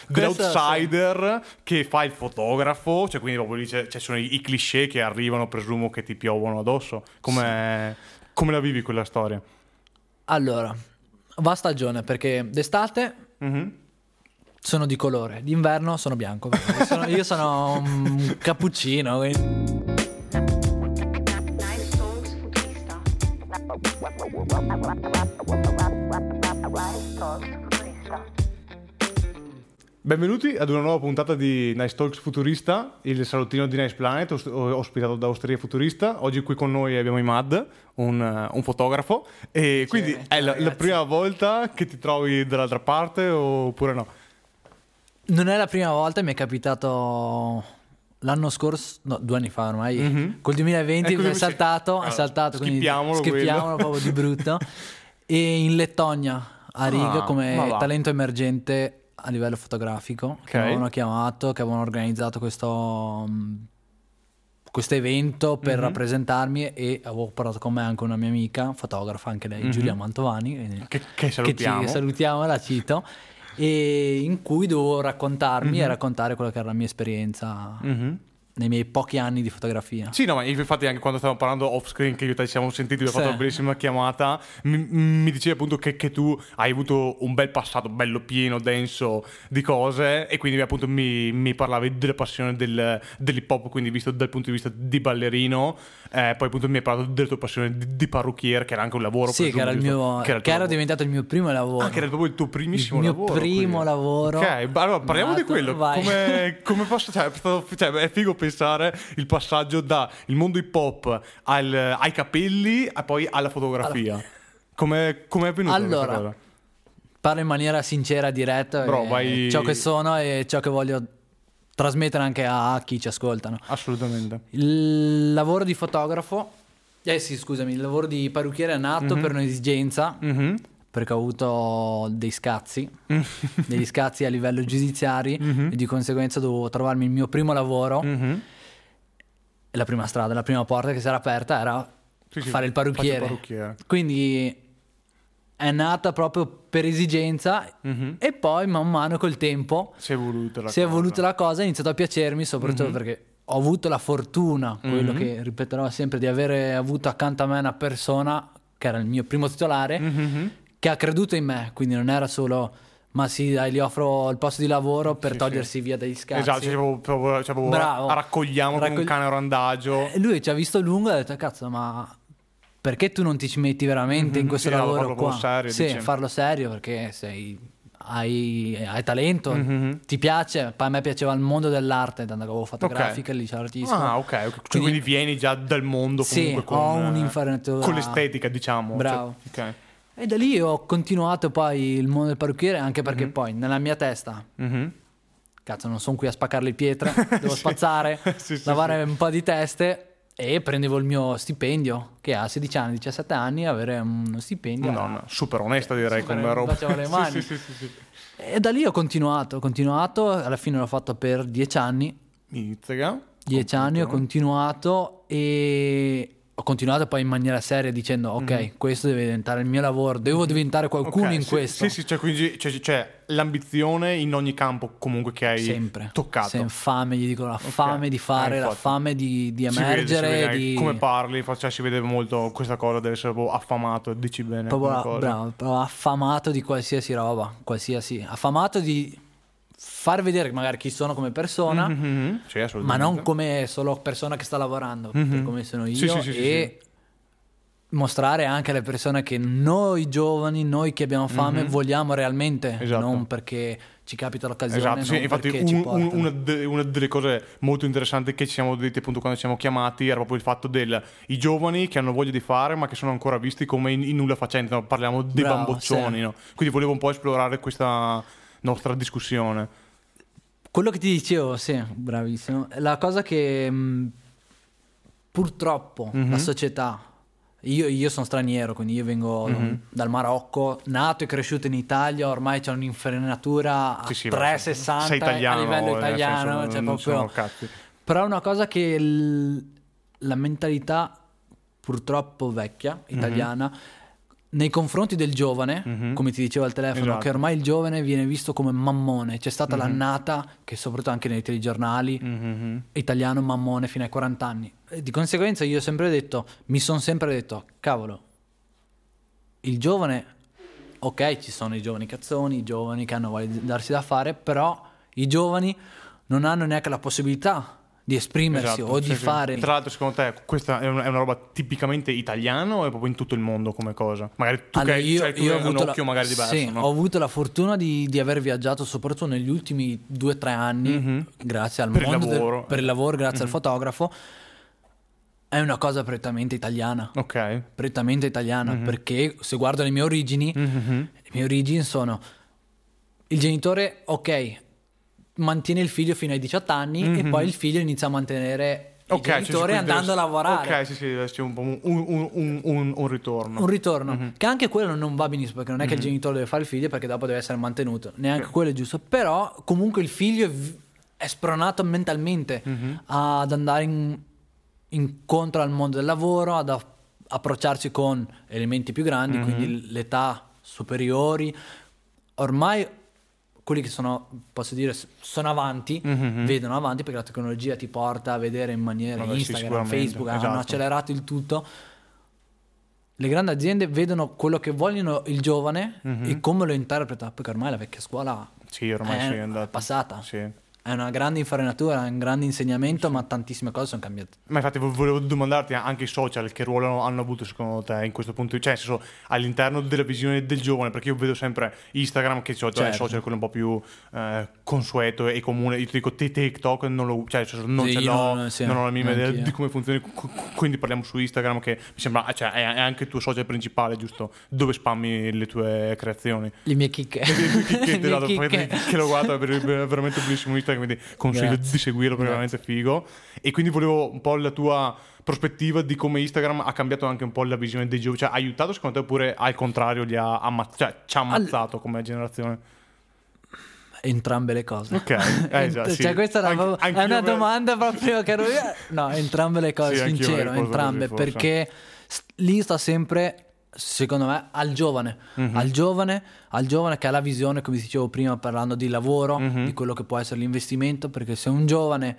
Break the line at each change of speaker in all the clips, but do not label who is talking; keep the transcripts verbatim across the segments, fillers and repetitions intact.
dell'outsider sì. che fa il fotografo, cioè quindi proprio lì c'è, c'è sono i, i cliché che arrivano, presumo che ti piovono addosso. Come, sì. come la vivi quella storia?
Allora, va a stagione, perché d'estate mm-hmm. sono di colore, d'inverno sono bianco. Io sono, io sono un cappuccino. Quindi...
Benvenuti ad una nuova puntata di Nice Talks Futurista, il salottino di Nice Planet, os- ospitato da Osteria Futurista. Oggi qui con noi abbiamo Imad, un, un fotografo, e sì, quindi è la, la prima volta che ti trovi dall'altra parte oppure no?
Non è la prima volta, mi è capitato l'anno scorso, no, due anni fa ormai, mm-hmm. col duemilaventi ecco, è saltato, è saltato, quindi
schippiamolo,
schippiamolo proprio di brutto. E in Lettonia, a Riga, ah, come talento emergente a livello fotografico, okay. che avevano chiamato, che avevano organizzato questo questo evento per mm-hmm. rappresentarmi, e avevo portato con me anche una mia amica fotografa, anche lei, mm-hmm. Giulia Mantovani,
che, che salutiamo,
che ci salutiamo, la cito, e in cui dovevo raccontarmi mm-hmm. e raccontare quella che era la mia esperienza mm-hmm. nei miei pochi anni di fotografia.
Sì, no, ma infatti anche quando stavamo parlando off screen, che io e te ci siamo sentiti, abbiamo sì. fatto una bellissima chiamata, mi, mi dicevi appunto che, che tu hai avuto un bel passato bello pieno, denso di cose, e quindi appunto mi, mi parlavi della passione del, dell'hip hop, quindi visto dal punto di vista di ballerino, eh, poi appunto mi hai parlato della tua passione di, di parrucchiere, che era anche un lavoro.
Sì, che era, il mio, che era, il che era diventato il mio primo lavoro.
Ah, che era proprio il tuo primissimo
il
lavoro.
Il mio primo
quindi.
lavoro.
Ok, allora parliamo nato, di quello. Vai. Come, come posso, cioè, cioè, è figo pensare il passaggio da il mondo hip hop al, ai capelli e poi alla fotografia. Allora, come è avvenuto?
Allora, parlo in maniera sincera, diretta.
Bro, vai...
ciò che sono e ciò che voglio trasmettere anche a chi ci ascoltano.
Assolutamente.
Il lavoro di fotografo, eh sì, scusami, il lavoro di parrucchiere è nato mm-hmm. per un'esigenza. Mm-hmm. Perché ho avuto dei scazzi, degli scazzi a livello giudiziari mm-hmm. e di conseguenza dovevo trovarmi il mio primo lavoro. Mm-hmm. E la prima strada, la prima porta che si era aperta era sì, sì, fare il parrucchiere.
parrucchiere.
Quindi è nata proprio per esigenza mm-hmm. e poi man mano col tempo
si è evoluta la
si
cosa.
è evoluta la cosa, ha iniziato a piacermi, soprattutto mm-hmm. perché ho avuto la fortuna, quello mm-hmm. che ripeterò sempre, di avere avuto accanto a me una persona che era il mio primo titolare mm-hmm. che ha creduto in me, quindi non era solo ma sì dai gli offro il posto di lavoro per sì, togliersi sì. via dagli scazzi.
Esatto, cioè, proprio, proprio, cioè, proprio
bravo,
raccogliamo Raccogli... come un cane a randagio.
E lui ci ha visto lungo e ha detto cazzo, ma perché tu non ti ci metti veramente mm-hmm, in questo
sì,
lavoro
farlo
qua?
Serio,
sì,
diciamo.
farlo serio, perché sei hai, hai talento, mm-hmm. ti piace. Poi a me piaceva il mondo dell'arte, tanto che avevo fotografica, okay. liceo artistico.
Ah, ok, okay. Cioè, quindi, quindi vieni già dal mondo comunque
sì,
con,
ho un'infarinatura
con l'estetica, diciamo.
Bravo.
Cioè, ok.
E da lì ho continuato poi il mondo del parrucchiere, anche perché mm-hmm. poi nella mia testa mm-hmm. cazzo, non sono qui a spaccare le pietre, devo sì. spazzare, sì, sì, lavare sì. un po' di teste, e prendevo il mio stipendio, che a sedici anni, diciassette anni, avere uno stipendio.
No, no, super onesta direi
super,
come roba.
Facevo le mani.
sì, sì, sì, sì.
E da lì ho continuato, ho continuato, alla fine l'ho fatto per dieci anni.
Mizzica.
Dieci anni ho continuato e ho continuato poi in maniera seria dicendo ok, mm-hmm. questo deve diventare il mio lavoro, devo diventare qualcuno okay, in
sì,
questo.
Sì, sì, cioè, quindi c'è, c'è l'ambizione in ogni campo comunque che hai
sempre
toccato.
Sempre fame, gli dico, la okay. fame di fare, eh, la fame di, di emergere.
Si vede, si vede
di...
come parli, cioè, si vede molto questa cosa, deve essere proprio affamato, dici bene.
Proprio, bravo, proprio affamato di qualsiasi roba, qualsiasi, affamato di far vedere magari chi sono come persona,
mm-hmm. sì,
ma non come solo persona che sta lavorando, mm-hmm. per come sono io,
sì, sì, sì,
e
sì,
sì. mostrare anche alle persone che noi giovani, noi che abbiamo fame, mm-hmm. vogliamo realmente,
esatto.
non perché ci capita l'occasione,
esatto,
non
sì, infatti
perché
un,
ci portano.
Una, de, una delle cose molto interessanti che ci siamo detti appunto quando ci siamo chiamati era proprio il fatto del i giovani che hanno voglia di fare ma che sono ancora visti come in, in nulla facenti, no? Parliamo dei
Bravo,
bamboccioni,
sì.
no? Quindi volevo un po' esplorare questa nostra discussione.
Quello che ti dicevo, sì, bravissimo. La cosa che mh, purtroppo mm-hmm. la società, io, io sono straniero, quindi io vengo mm-hmm. dal Marocco, nato e cresciuto in Italia, ormai c'è un'infarinatura a
sì, sì,
trecentosessanta
italiano,
a livello italiano,
senso,
cioè
non
proprio...
cazzi.
Però è una cosa che l... la mentalità purtroppo vecchia, italiana, mm-hmm. nei confronti del giovane, mm-hmm. come ti dicevo al telefono, esatto. che ormai il giovane viene visto come mammone. C'è stata mm-hmm. l'annata, che soprattutto anche nei telegiornali, mm-hmm. italiano mammone fino ai quaranta anni. E di conseguenza io ho sempre detto, mi sono sempre detto, cavolo, il giovane, ok, ci sono i giovani cazzoni, i giovani che hanno voglia di darsi da fare, però i giovani non hanno neanche la possibilità di esprimersi, esatto, o di sì, fare.
Sì. Tra l'altro, secondo te questa è una, è una roba tipicamente italiana o è proprio in tutto il mondo come cosa? Magari tu
allora,
che
io,
cioè, tu
io
hai
ho
un occhio
la,
magari diverso,
sì,
no?
Ho avuto la fortuna di, di aver viaggiato soprattutto negli ultimi due o tre anni, mm-hmm. grazie al
per
mondo
il lavoro,
del, per il lavoro, grazie mm-hmm. al fotografo. È una cosa prettamente italiana.
Ok.
Prettamente italiana,
mm-hmm.
perché se guardo le mie origini, mm-hmm. le mie origini sono il genitore, ok, mantiene il figlio fino ai diciotto anni mm-hmm. e poi il figlio inizia a mantenere okay, il genitore cioè, andando deve... a lavorare.
Ok, sì, sì, deve esserci un, un, un, un, un, un ritorno.
Un ritorno, mm-hmm. che anche quello non va benissimo, perché non è che mm-hmm. il genitore deve fare il figlio perché dopo deve essere mantenuto. Neanche okay. quello è giusto. Però comunque il figlio è spronato mentalmente mm-hmm. ad andare in, incontro al mondo del lavoro, ad approcciarsi con elementi più grandi, mm-hmm. quindi l'età superiori. Ormai quelli che sono, posso dire, sono avanti, mm-hmm. vedono avanti perché la tecnologia ti porta a vedere in maniera Vabbè, Instagram, sì, Facebook, esatto. hanno accelerato il tutto. Le grandi aziende vedono quello che vogliono il giovane mm-hmm. e come lo interpreta, perché ormai la vecchia scuola
sì, ormai
è,
sì, è andata.
passata.
Sì.
È una grande infarinatura, è un grande insegnamento, sì. ma tantissime cose sono cambiate.
Ma infatti volevo domandarti anche i social, che ruolo hanno avuto secondo te in questo punto, cioè nel senso, all'interno della visione del giovane, perché io vedo sempre Instagram che cioè, certo. è il social quello un po' più eh, consueto e comune. Io ti dico TikTok non lo cioè non sì, ce l'ho, non, sì, non ho la minima idea di come funzioni, quindi parliamo su Instagram che mi sembra, cioè è, è anche il tuo social principale, giusto? Dove spammi le tue creazioni.
Le mie chicche.
Le mie chicche, le mie chicche. Che lo guardo, è veramente bellissimo Instagram, quindi consiglio Grazie. di seguirlo perché è veramente figo. E quindi volevo un po' la tua prospettiva di come Instagram ha cambiato anche un po' la visione dei giovani, cioè ha aiutato secondo te oppure al contrario li ha ammazzato, cioè ci ha ammazzato All... come generazione?
Entrambe le cose.
Ok, eh, Ent- già, sì.
Cioè questa è una,
anche,
è una domanda proprio che ero io. No, entrambe le cose, sì, sincero, entrambe, così, perché lì sta sempre, secondo me, al giovane, mm-hmm. al giovane, al giovane che ha la visione, come dicevo prima, parlando di lavoro, mm-hmm. di quello che può essere l'investimento, perché se un giovane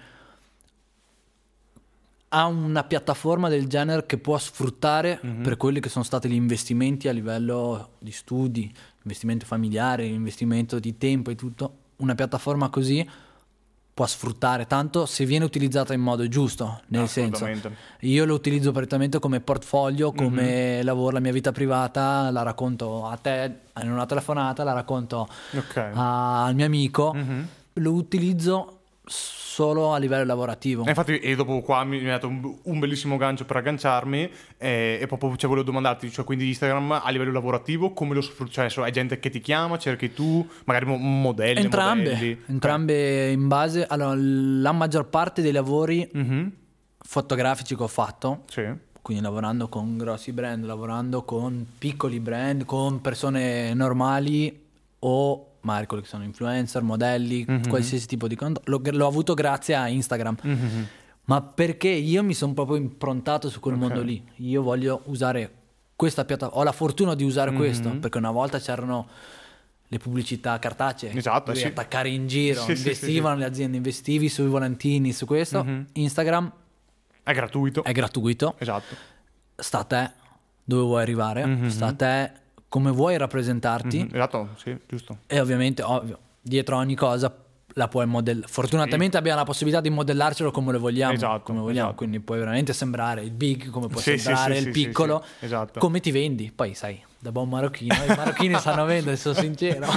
ha una piattaforma del genere che può sfruttare mm-hmm. per quelli che sono stati gli investimenti a livello di studi, investimento familiare, investimento di tempo e tutto, una piattaforma così può sfruttare tanto se viene utilizzata in modo giusto, nel senso io lo utilizzo prettamente come portfolio, come mm-hmm. lavoro, la mia vita privata la racconto a te in una telefonata, la racconto okay. a, al mio amico, mm-hmm. lo utilizzo solo a livello lavorativo.
E infatti e dopo qua mi hai dato un, un bellissimo gancio per agganciarmi e, e proprio cioè, volevo domandarti, cioè quindi Instagram a livello lavorativo come lo sfrutti? Cioè so, è gente che ti chiama, cerchi tu, magari mo- modelli,
entrambe,
modelli.
entrambe in base, allora la maggior parte dei lavori mm-hmm. fotografici che ho fatto, sì. quindi lavorando con grossi brand, lavorando con piccoli brand, con persone normali o magari quelli che sono influencer, modelli, mm-hmm. qualsiasi tipo di conto, l'ho, l'ho avuto grazie a Instagram, mm-hmm. ma perché io mi sono proprio improntato su quel okay. mondo lì. Io voglio usare questa piattaforma, ho la fortuna di usare mm-hmm. questo, perché una volta c'erano le pubblicità cartacee,
esatto,
dovevi
sì.
attaccare in giro,
sì,
investivano sì, sì. le aziende, investivi sui volantini, su questo. Mm-hmm. Instagram
è gratuito.
È gratuito.
Esatto.
Sta a te dove vuoi arrivare, mm-hmm. sta a te come vuoi rappresentarti.
Mm-hmm. Esatto, sì, giusto.
E ovviamente, ovvio, dietro ogni cosa la puoi modellare. Fortunatamente sì. abbiamo la possibilità di modellarcelo come lo vogliamo,
esatto,
come vogliamo.
Esatto.
Quindi puoi veramente sembrare il big, come può
sì,
sembrare
sì,
il
sì,
piccolo,
sì, sì. Esatto.
Come ti vendi. Poi sai, da buon marocchino, i marocchini sanno vendere, sono sincero.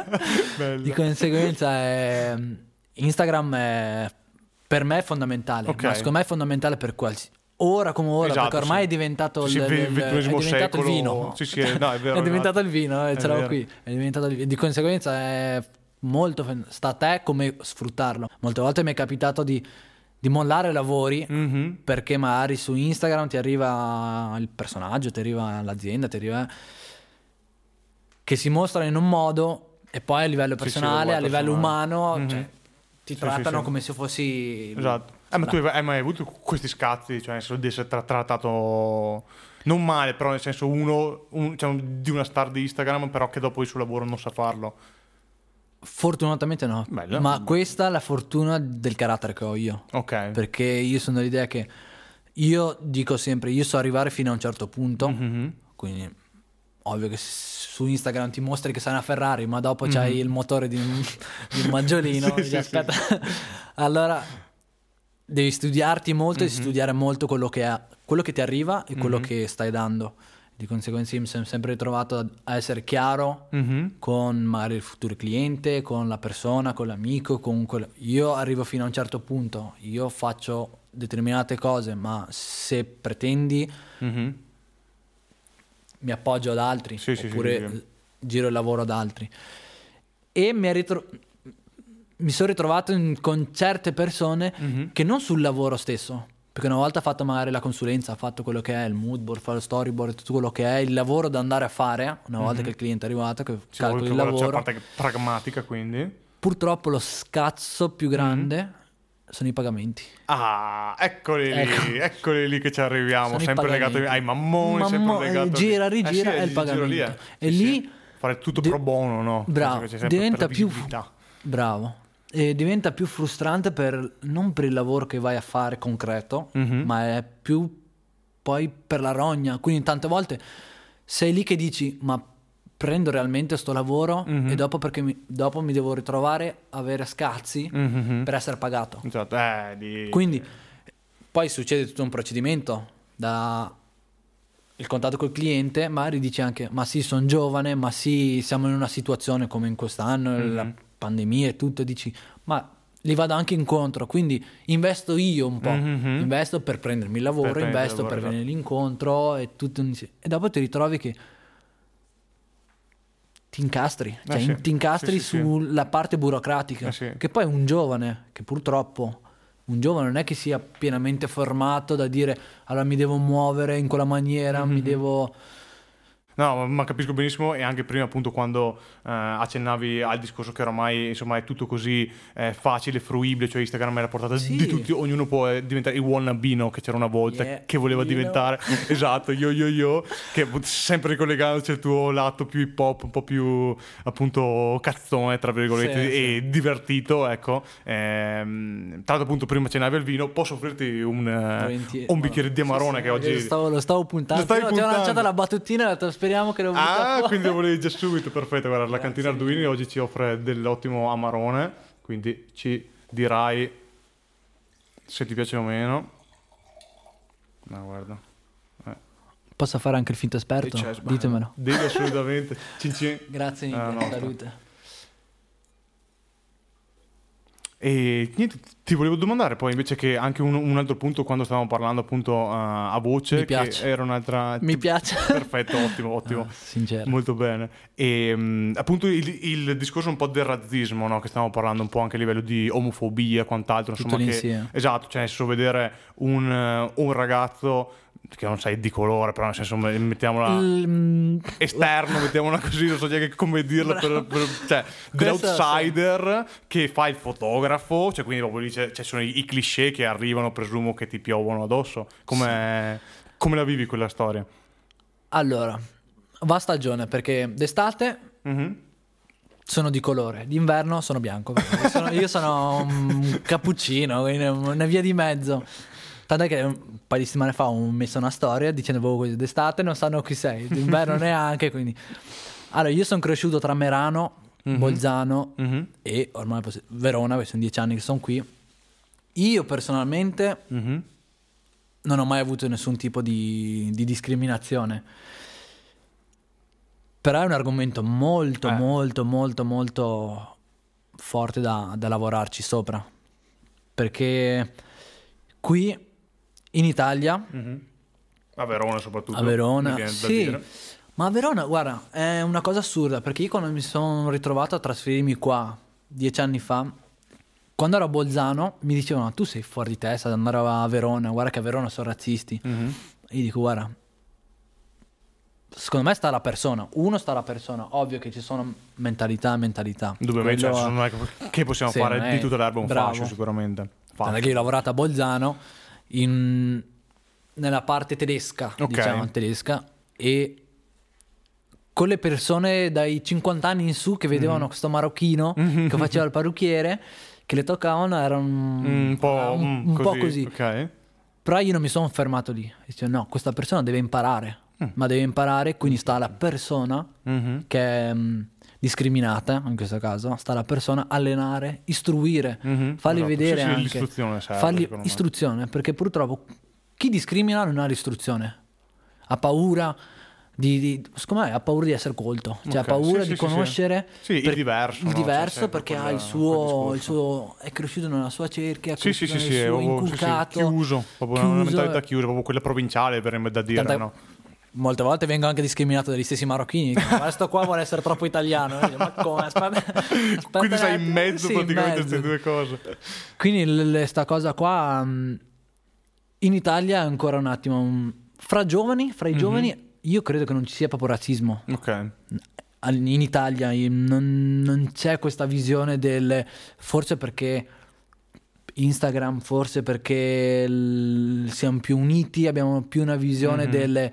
Di conseguenza è... Instagram è... per me è fondamentale, okay. ma secondo me è fondamentale per qualsiasi... Ora come ora, esatto, perché ormai sì. è diventato,
sì,
il,
sì,
il, il, è diventato
secolo...
il vino.
Sì, sì, no, è, vero,
è diventato il vino, eh, ce l'avevo qui. È diventato il... Di conseguenza è molto... sta a te come sfruttarlo. Molte volte mi è capitato di, di mollare lavori mm-hmm. perché magari su Instagram ti arriva il personaggio, ti arriva l'azienda, ti arriva... che si mostrano in un modo e poi a livello personale, sì, sì, a livello personale. umano, mm-hmm. cioè, ti sì, trattano sì, sì. come se fossi...
Esatto. Eh, ma tu hai mai avuto questi scatti, cioè di essere tra- trattato non male, però nel senso uno un, cioè, di una star di Instagram, però che dopo il suo lavoro non sa farlo.
Fortunatamente no.
Bello.
Ma questa è la fortuna del carattere che ho io.
Ok.
Perché io sono dell'idea che io dico sempre, io so arrivare fino a un certo punto,
mm-hmm.
quindi ovvio che su Instagram ti mostri che sei una Ferrari, ma dopo mm-hmm. c'hai il motore di un, di un maggiolino.
sì, sì,
aspetta.
Sì.
Allora devi studiarti molto mm-hmm. e studiare molto quello che, è, quello che ti arriva e quello mm-hmm. che stai dando. Di conseguenza mi sono sempre ritrovato a essere chiaro mm-hmm. con magari il futuro cliente, con la persona, con l'amico, con quello. Io arrivo fino a un certo punto, io faccio determinate cose, ma se pretendi mm-hmm. mi appoggio ad altri,
sì,
oppure
sì, sì, sì.
giro il lavoro ad altri. E mi, ritro- mi sono ritrovato in, con certe persone mm-hmm. che non sul lavoro stesso, perché una volta fatto magari la consulenza, ha fatto quello che è il mood board, fa lo storyboard, tutto quello che è il lavoro da andare a fare, una volta mm-hmm. che il cliente è arrivato, che sì, calcoli il lavoro.
C'è la parte pragmatica, quindi.
Purtroppo lo scazzo più grande mm-hmm. sono i pagamenti.
Ah, eccoli ecco. lì, eccoli lì che ci arriviamo, sono sempre legato ai mammoni,
Mammo,
sempre legato
gira, rigira,
eh sì,
è il pagamento.
Lì è.
E
sì,
lì
sì. fare tutto
de-
pro bono, no?
Bravo, diventa più bravo. E diventa più frustrante per non per il lavoro che vai a fare concreto, mm-hmm. ma è più poi per la rogna. Quindi tante volte sei lì che dici ma prendo realmente sto lavoro mm-hmm. e dopo perché mi, dopo mi devo ritrovare a avere scazzi mm-hmm. per essere pagato.
Esatto. Eh, di...
Quindi poi succede tutto un procedimento da il contatto col cliente, magari dici anche ma sì sono giovane, ma sì siamo in una situazione come in quest'anno, mm-hmm. la pandemia e tutto, dici ma li vado anche incontro, quindi investo io un po', mm-hmm. investo per prendermi il lavoro, per investo lavoro, per esatto. venire l'incontro e tutto insieme. E dopo ti ritrovi che ti incastri, cioè
eh sì.
ti incastri
sì, sì,
sulla
sì.
parte burocratica,
eh sì.
che poi un giovane, che purtroppo un giovane non è che sia pienamente formato da dire allora mi devo muovere in quella maniera, mm-hmm. mi devo...
No, ma capisco benissimo, e anche prima appunto quando eh, accennavi al discorso che oramai insomma è tutto così eh, facile, fruibile, cioè Instagram è la portata sì. di tutti, ognuno può eh, diventare il wannabe, no? Che c'era una volta yeah. che voleva io diventare, no. esatto, io io io, che sempre ricollegandoci al tuo lato più hip hop, un po' più appunto cazzone tra virgolette sì, e sì. divertito, ecco. Ehm, tra l'altro appunto prima accennavi al vino, posso offrirti un, uh, un bicchiere no. di Amarone sì, che oggi...
Lo stavo, lo stavo puntando,
lo
no, ti ho lanciato la battutina e la speriamo che lo
ah
fuori.
quindi lo volevi già subito, perfetto. Guarda, la cantina Arduini oggi ci offre dell'ottimo Amarone, quindi ci dirai se ti piace o meno. No, guarda, eh.
posso fare anche il finto esperto?
Cioè,
ditemelo.
Devi assolutamente. Cin cin.
Grazie mille, ah, no, salute.
E niente, ti volevo domandare poi invece che anche un, un altro punto quando stavamo parlando appunto uh, a voce,
mi piace.
Che era un'altra...
Mi piace.
Perfetto, ottimo, ottimo.
Ah, sincero.
Molto bene. E um, appunto il, il discorso un po' del razzismo, no? Che stavamo parlando un po' anche a livello di omofobia e quant'altro.
Tutto
insomma,
l'insieme.
Che, esatto, cioè nel senso vedere un, uh, un ragazzo... che non sai di colore, però nel senso mettiamola mm. esterno, mettiamola così, non so neanche come dirla, per, per, cioè dell'outsider sì. che fa il fotografo, cioè quindi proprio lì c'è, cioè sono i, i cliché che arrivano, presumo che ti piovono addosso. Come, sì. come la vivi quella storia?
Allora, va a stagione, perché d'estate mm-hmm. sono di colore, d'inverno sono bianco. Io sono, io sono un cappuccino, una via di mezzo. Tant'è che un paio di settimane fa ho messo una storia dicendo proprio d'estate non sanno chi sei, d'inverno neanche, quindi... Allora, io sono cresciuto tra Merano, mm-hmm. Bolzano mm-hmm. e ormai Verona, perché sono dieci anni che sono qui. Io personalmente mm-hmm. non ho mai avuto nessun tipo di, di discriminazione. Però è un argomento molto, eh. molto, molto, molto forte da, da lavorarci sopra. Perché qui... in Italia
mm-hmm. a Verona soprattutto
a Verona sì ma a Verona guarda è una cosa assurda, perché io quando mi sono ritrovato a trasferirmi qua dieci anni fa, quando ero a Bolzano mi dicevano tu sei fuori di testa ad andare a Verona, guarda che a Verona sono razzisti mm-hmm. e io dico guarda secondo me sta la persona, uno sta la persona, ovvio che ci sono mentalità mentalità
indubbiamente
Quello...
cioè, non è che possiamo sì, fare di tutta l'erba un
bravo.
fascio sicuramente
Tanto che io ho lavorato a Bolzano in nella parte tedesca,
Ok.
diciamo tedesca, e con le persone dai cinquanta anni in su che vedevano
Mm-hmm.
questo marocchino che faceva il parrucchiere, che le toccavano, era un,
Mm, un po',
un-
mm,
un po'
così,
così.
ok.
Però io non mi sono fermato lì. Dicevo, no, questa persona deve imparare,
Mm.
ma deve imparare, quindi sta alla persona
Mhm.
che è mh, discriminata, in questo caso, sta alla persona allenare, istruire,
Mhm,
fargli
esatto.
vedere
Sì, sì,
anche,
l'istruzione serve,
fargli
secondo me.
istruzione, perché purtroppo chi discrimina non ha l'istruzione, ha paura di, di secondo me ha paura di essere colto, cioè
Ok,
ha paura
sì,
di
sì, sì,
conoscere
sì. Sì, il diverso,
il
no? C'è
diverso
sempre
perché ha
quella-
il
quel
suo,
discorso.
il suo è cresciuto nella sua cerchia, è
Sì, sì,
cresciuto
sì,
nel
sì, è
suo
proprio- sì, sì,
inculcato,
chiuso, proprio una
chiuso.
mentalità chiusa, proprio quella provinciale, verrebbe da dire,
Tant'è-
no?
Molte volte vengo anche discriminato dagli stessi marocchini. Dicono, ma sto qua vuole essere troppo italiano. Io dico, ma come? Aspetta, aspetta
Quindi sei
un
in
attimo.
mezzo
Sì, in
praticamente a
mezzo.
queste due cose.
Quindi l- l- sta cosa qua mh, in Italia è ancora un attimo un- fra giovani, fra i giovani io credo che non ci sia proprio razzismo.
Ok.
Al- in Italia in- non, non c'è questa visione del forse perché Instagram, forse perché l- siamo più uniti, abbiamo più una visione
Mhm.
del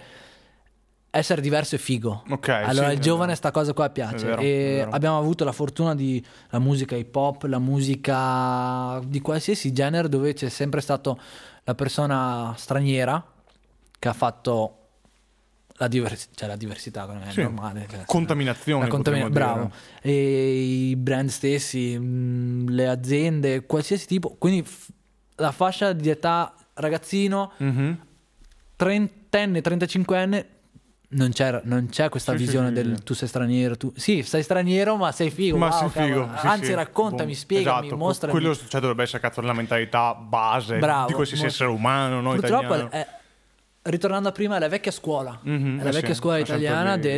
essere diverso è figo.
Ok,
Allora
sì,
il
è
giovane
vero.
sta cosa qua piace
È vero,
e
è vero.
abbiamo avuto la fortuna di la musica hip hop, la musica di qualsiasi genere dove c'è sempre stato la persona straniera che ha fatto la, divers- cioè la diversità, non è
Sì.
normale. Cioè,
Contaminazione,
la contamina-
potremmo
bravo.
dire.
E i brand stessi, mh, le aziende, qualsiasi tipo. Quindi f- la fascia di età ragazzino,
Mhm.
trentenne, trentacinquenne, non c'è, non c'è questa
Sì, sì,
visione
sì,
del
sì.
tu sei straniero. Tu... Sì, sei straniero, ma sei figo.
Ma
wow,
sì,
cavolo.
figo. Sì,
Anzi,
sì.
raccontami,
Boh.
spiegami,
Esatto,
mostrami.
Quello cioè, dovrebbe essere cazzo la mentalità base
Bravo,
di qualsiasi
molto.
essere umano, no?
Purtroppo,
Italiano.
è- ritornando a prima, è la vecchia scuola.
Mhm,
È la
eh
vecchia
sì,
scuola
è sempre
italiana
lì,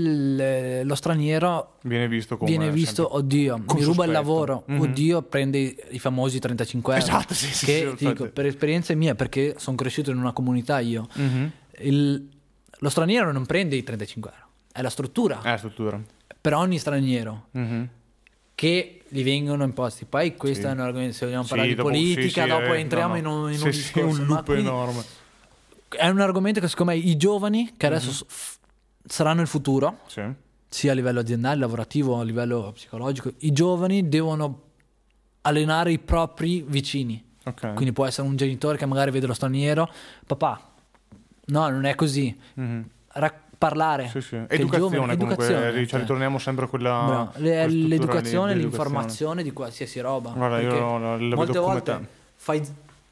del lo straniero
Viene visto come
viene visto,
sempre-
oddio,
con
mi ruba il
sospetto.
lavoro,
Mhm.
oddio, prende i, i famosi trentacinque euro.
Esatto, sì, sì,
che
sì,
ti
infatti.
dico, per esperienza mia, perché sono cresciuto in una comunità io,
Mhm.
il- lo straniero non prende i trentacinque euro, è la struttura
È la struttura.
per ogni straniero
Mhm.
che gli vengono imposti. Poi questo
Sì.
è un argomento, se vogliamo
Sì,
parlare
dopo-
di
sì,
politica,
sì,
dopo
eh,
entriamo
no,
in
no.
un, in
Sì,
un
sì,
discorso.
un
ma
loop
quindi
enorme.
è un argomento che secondo me i giovani, che adesso
Mhm.
s- f- saranno il futuro,
Sì.
sia a livello aziendale, lavorativo, a livello psicologico, i giovani devono allenare i propri vicini.
Ok.
Quindi può essere un genitore che magari vede lo straniero, papà, no, non è così.
Mhm.
Ra- parlare.
Sì, sì.
Che il
Educazione,
giovane-
comunque,
educazione,
eh, cioè,
cioè.
ritorniamo sempre a quella
Bravo. Le-
quella struttura lì
l'educazione,
di
l'informazione di qualsiasi roba.
Guarda, io
Perché
lo- lo vedo
molte
come
volte
te.
fai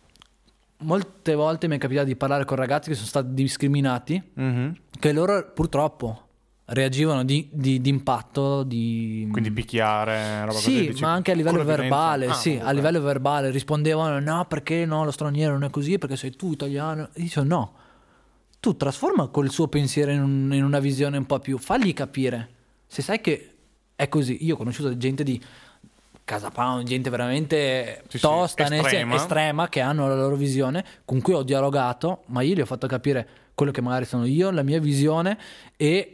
molte volte mi è capitato di parlare con ragazzi che sono stati discriminati,
Mhm.
che loro purtroppo reagivano di, di- di impatto, di
Quindi picchiare, roba così.
sì,
dici,
ma anche a livello
con la violenza?
verbale,
Ah,
sì,
ok.
a livello verbale rispondevano no, perché no, lo straniero non è così, perché sei tu italiano. E dicevo no, tu trasforma quel suo pensiero in, un- in una visione un po' più, fagli capire. Se sai che è così, io ho conosciuto gente di Casa Pound, gente veramente
Sì, sì,
tosta, nel senso-
estrema.
estrema, che hanno la loro visione, con cui ho dialogato, ma io gli ho fatto capire quello che magari sono io, la mia visione, e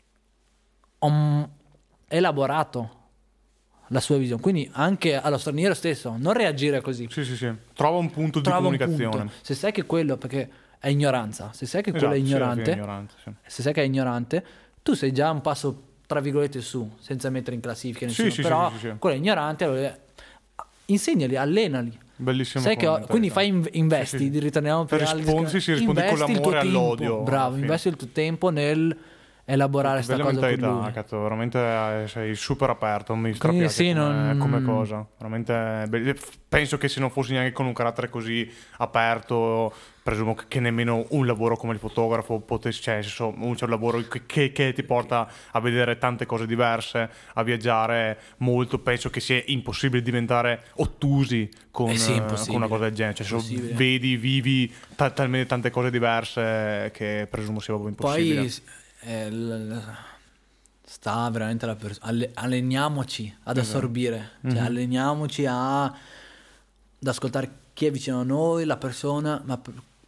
ho mm, elaborato la sua visione. Quindi anche allo straniero stesso, non reagire così.
Sì, sì, sì. Trova un punto
Trova
di
un
comunicazione.
punto. Se sai che quello, perché è ignoranza, se sai che quello
Esatto,
è
sì,
ignorante,
sì, è ignorante, sì.
se sai che è ignorante, tu sei già un passo tra virgolette su, senza mettere in classifica nessuno,
sì, sì,
però
sì, sì, sì.
quello è ignorante, allora, insegnali, allenali.
Bellissimo.
Sai che ho-
come
quindi fai
mentalità.
in- investi,
Sì, sì.
ritorniamo
Per
prima alle
rispon- sì, sì, rispondi con
investi il tuo
l'amore
tempo,
all'odio,
bravo,
alla fine.
investi il tuo tempo nel elaborare sta
Bella
cosa con
mentalità,
lui.
cazzo, veramente eh, sei super aperto, mi
Quindi
strapiace
sì,
come,
non-
come cosa, veramente be- penso che se non fossi neanche con un carattere così aperto, presumo che, che nemmeno un lavoro come il fotografo potesse, cioè nel senso, un, c'è un lavoro che, che- che ti porta a vedere tante cose diverse, a viaggiare molto, penso che sia impossibile diventare ottusi con,
Eh sì,
eh,
impossibile.
con una cosa del genere, cioè se
Impossibile.
vedi, vivi ta- talmente tante cose diverse che presumo sia proprio impossibile.
Poi eh, l- l- sta veramente la persona. Alleniamoci ad
Esatto.
assorbire, cioè
Mhm.
alleniamoci a ad ascoltare chi è vicino a noi, la persona, ma per,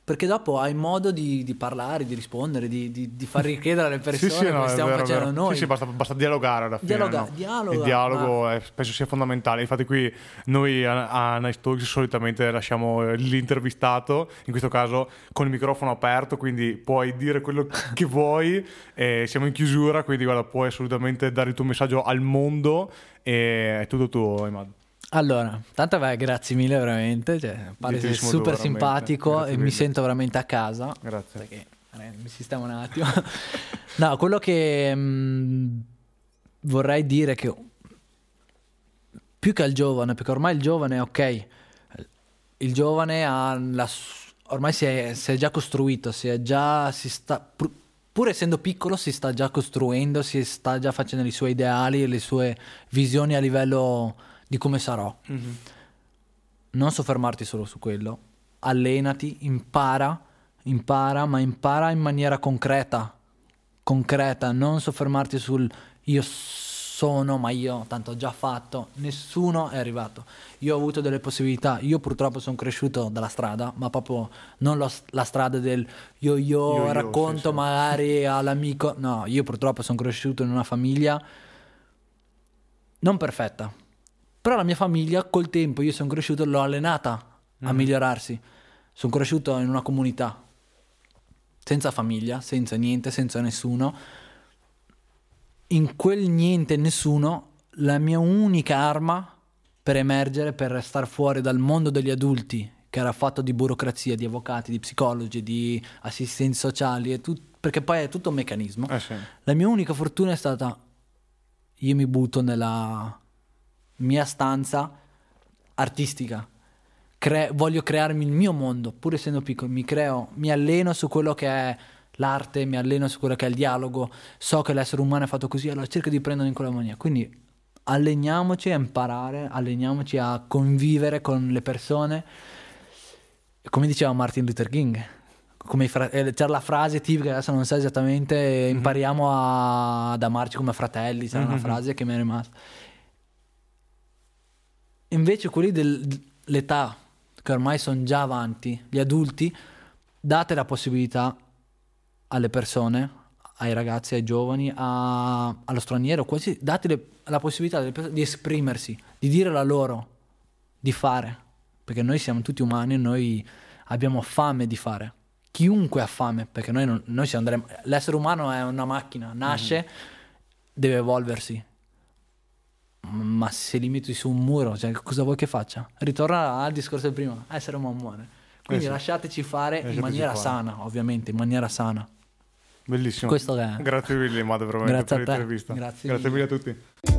perché dopo hai modo di, di parlare, di rispondere, di, di, di far ricredere alle persone
sì, sì, no,
che stiamo
vero,
facendo
vero.
noi.
Sì, sì, basta, basta dialogare alla fine.
Dialoga,
no?
dialoga,
Il dialogo
ma...
è, penso sia fondamentale. Infatti qui noi a, a Nice Talks solitamente lasciamo l'intervistato, in questo caso con il microfono aperto, quindi puoi dire quello che vuoi. E siamo in chiusura, quindi guarda, puoi assolutamente dare il tuo messaggio al mondo e è tutto tuo, Imad.
Allora, tanto beh, grazie mille veramente, cioè, pare sei super
tu,
simpatico
grazie
e
mille.
Mi sento veramente a casa.
Grazie.
Perché eh, mi sistema un attimo. No, quello che mh, vorrei dire è che più che al giovane, perché ormai il giovane, ok, il giovane ha la, ormai si è, si è già costruito, si è già, si sta, pur, pur essendo piccolo si sta già costruendo, si sta già facendo i suoi ideali, le sue visioni a livello di come sarò. Mm-hmm. Non soffermarti solo su quello, allenati, impara, impara, ma impara in maniera concreta, concreta, non soffermarti sul io sono, ma io tanto ho già fatto, nessuno è arrivato. Io ho avuto delle possibilità, io purtroppo sono cresciuto dalla strada, ma proprio non lo, la strada del io io, io racconto io, sì, magari sì. all'amico, no, io purtroppo sono cresciuto in una famiglia non perfetta. Però la mia famiglia col tempo, io sono cresciuto, l'ho allenata a mm. migliorarsi. Sono cresciuto in una comunità, senza famiglia, senza niente, senza nessuno. In quel niente, nessuno, la mia unica arma per emergere, per stare fuori dal mondo degli adulti, che era fatto di burocrazia, di avvocati, di psicologi, di assistenti sociali, e tut- perché poi è tutto un meccanismo.
Eh sì.
La mia unica fortuna è stata, io mi butto nella... mia stanza artistica, Cre- voglio crearmi il mio mondo, pur essendo piccolo, mi creo, mi alleno su quello che è l'arte, mi alleno su quello che è il dialogo, so che l'essere umano è fatto così, allora cerco di prenderlo in quella maniera. Quindi alleniamoci a imparare, alleniamoci a convivere con le persone, come diceva Martin Luther King, come fra- c'era la frase tipica, adesso non so esattamente, mm-hmm. impariamo a- ad amarci come fratelli, c'era mm-hmm. una frase che mi è rimasta. Invece quelli dell'età che ormai sono già avanti, gli adulti, date la possibilità alle persone, ai ragazzi, ai giovani, a, allo straniero, quasi date le, la possibilità delle persone di esprimersi, di dire la loro, di fare, perché noi siamo tutti umani, noi abbiamo fame di fare. Chiunque ha fame, perché noi, non, noi siamo delle, l'essere umano è una macchina, nasce, mm-hmm. deve evolversi. Ma se li metti su un muro, cioè, cosa vuoi che faccia? Ritorna al discorso del prima, essere un muore. Quindi eh sì. lasciateci fare lasciateci in maniera fare. sana, ovviamente, in maniera sana.
Bellissimo.
Questo è...
Grazie mille, Mad, veramente,
Grazie
per l'intervista.
Grazie,
Grazie mille a tutti.